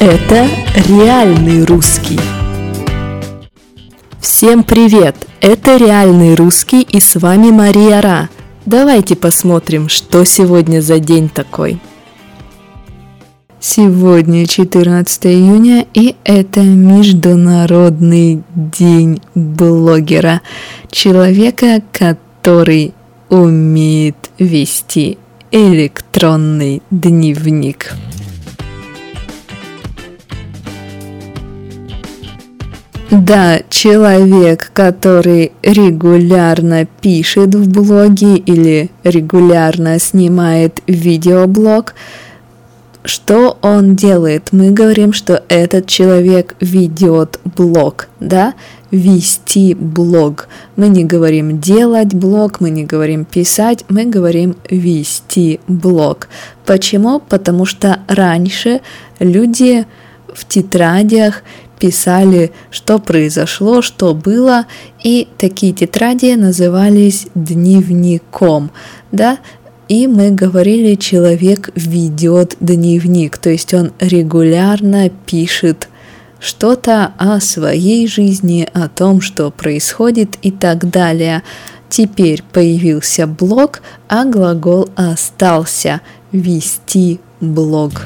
Это реальный русский. Всем привет! Это реальный русский, и с вами Мария Ра. Давайте посмотрим, что сегодня за день такой. Сегодня 14 июня, и это Международный день блогера. Человека, который умеет вести электронный дневник. Да, человек, который регулярно пишет в блоге или регулярно снимает видеоблог. Что он делает? Мы говорим, что этот человек ведет блог, да? Вести блог. Мы не говорим делать блог, мы не говорим писать, мы говорим вести блог. Почему? Потому что раньше люди в тетрадях писали, что произошло, что было, и такие тетради назывались дневником, да? И мы говорили, человек ведет дневник, то есть он регулярно пишет что-то о своей жизни, о том, что происходит и так далее. Теперь появился блог, а глагол остался – вести блог.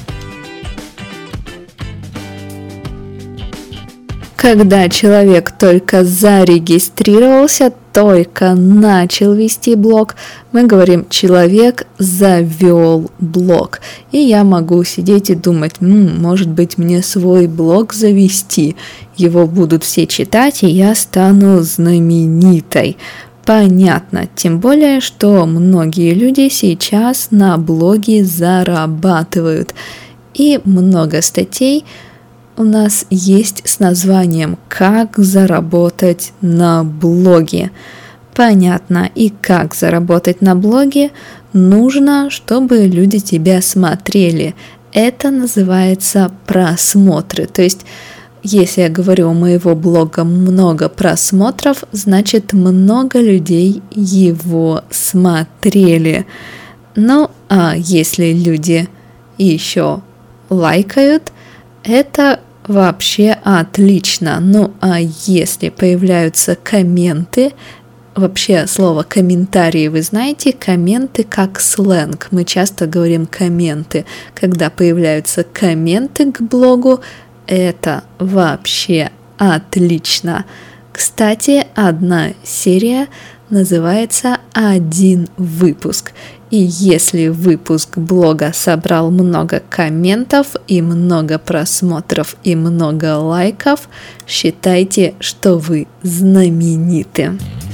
Когда человек только зарегистрировался, только начал вести блог, мы говорим, человек завел блог. И я могу сидеть и думать, может быть, мне свой блог завести, его будут все читать, и я стану знаменитой. Понятно, тем более, что многие люди сейчас на блоге зарабатывают. И много статей у нас есть с названием «Как заработать на блоге». Понятно, и как заработать на блоге нужно, чтобы люди тебя смотрели. Это называется просмотры. То есть, если я говорю, у моего блога много просмотров, значит, много людей его смотрели. Ну, а если люди еще лайкают, это вообще отлично. Ну а если появляются комменты, вообще слово комментарии, вы знаете, комменты как сленг. Мы часто говорим комменты. Когда появляются комменты к блогу, это вообще отлично. Кстати, одна серия называется «Один выпуск». И если выпуск блога собрал много комментов и много просмотров и много лайков, считайте, что вы знамениты.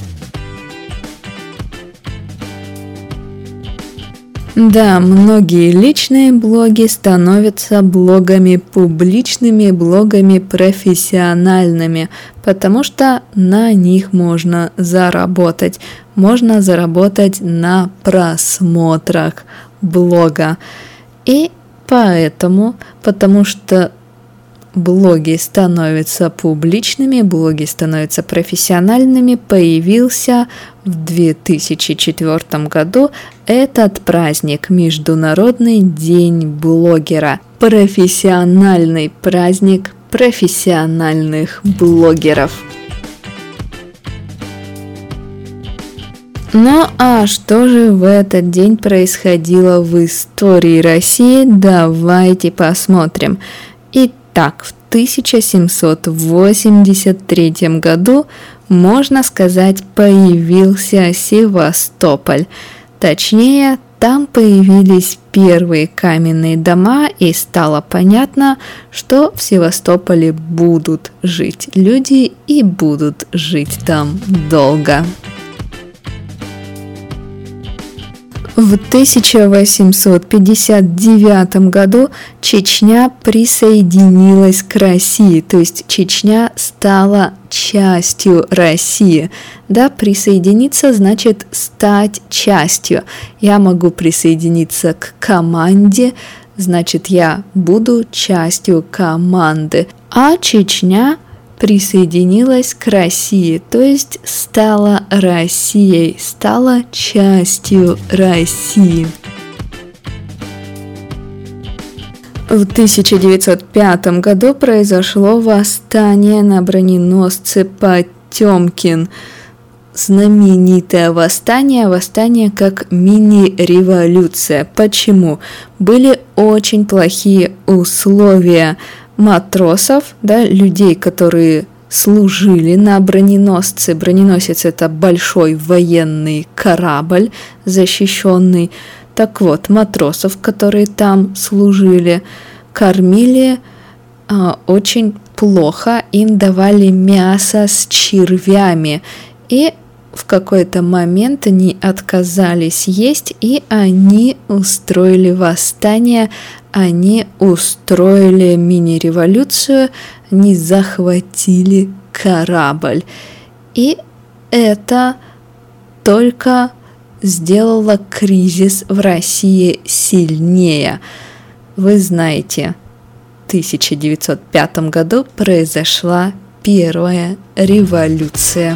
Да, многие личные блоги становятся блогами публичными, блогами профессиональными, потому что на них можно заработать. Можно заработать на просмотрах блога. И потому что блоги становятся публичными, блоги становятся профессиональными, появился в 2004 году этот праздник – Международный день блогера, профессиональный праздник профессиональных блогеров. Ну а что же в этот день происходило в истории России? Давайте посмотрим. Итак, в 1783 году, можно сказать, появился Севастополь. Точнее, там появились первые каменные дома, и стало понятно, что в Севастополе будут жить люди и будут жить там долго. В 1859 году Чечня присоединилась к России, то есть Чечня стала частью России. Да, присоединиться значит стать частью. Я могу присоединиться к команде, значит я буду частью команды. А Чечня присоединилась к России, то есть стала Россией, стала частью России. В 1905 году произошло восстание на броненосце Потемкин. Знаменитое восстание как мини-революция. Почему? Были очень плохие условия матросов, людей, которые служили на броненосце. Броненосец – это большой военный корабль, защищенный. Так вот, матросов, которые там служили, кормили очень плохо, им давали мясо с червями. И в какой-то момент они отказались есть, и они устроили восстание, они устроили мини-революцию, они захватили корабль. И это только сделало кризис в России сильнее. Вы знаете, в 1905 году произошла первая революция.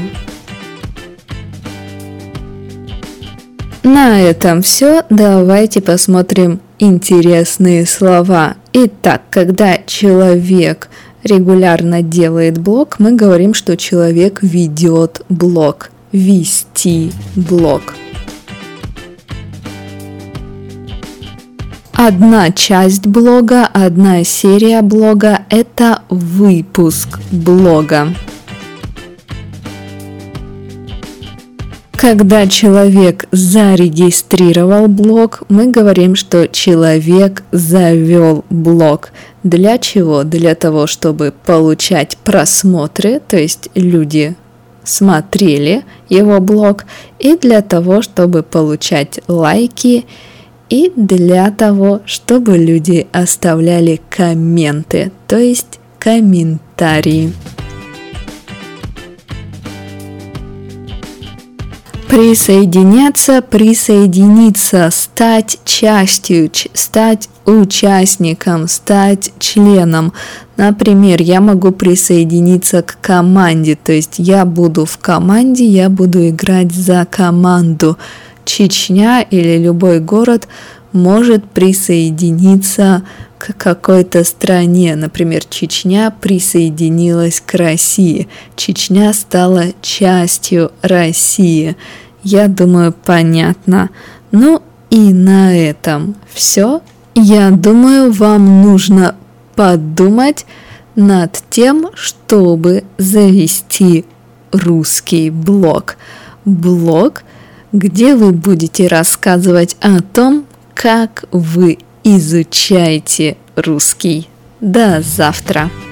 На этом все. Давайте посмотрим интересные слова. Итак, когда человек регулярно делает блог, мы говорим, что человек ведет блог. Вести блог. Одна часть блога, одна серия блога – это выпуск блога. Когда человек зарегистрировал блог, мы говорим, что человек завел блог. Для чего? Для того, чтобы получать просмотры, то есть люди смотрели его блог, и для того, чтобы получать лайки, и для того, чтобы люди оставляли комменты, то есть комментарии. Присоединяться, присоединиться, стать частью, стать участником, стать членом. Например, я могу присоединиться к команде, то есть я буду в команде, я буду играть за команду. Чечня или любой город может присоединиться к какой-то стране. Например, Чечня присоединилась к России. Чечня стала частью России. Я думаю, понятно. Ну и на этом все. Я думаю, вам нужно подумать над тем, чтобы завести русский блог. Блог, где вы будете рассказывать о том, как вы изучаете русский. До завтра!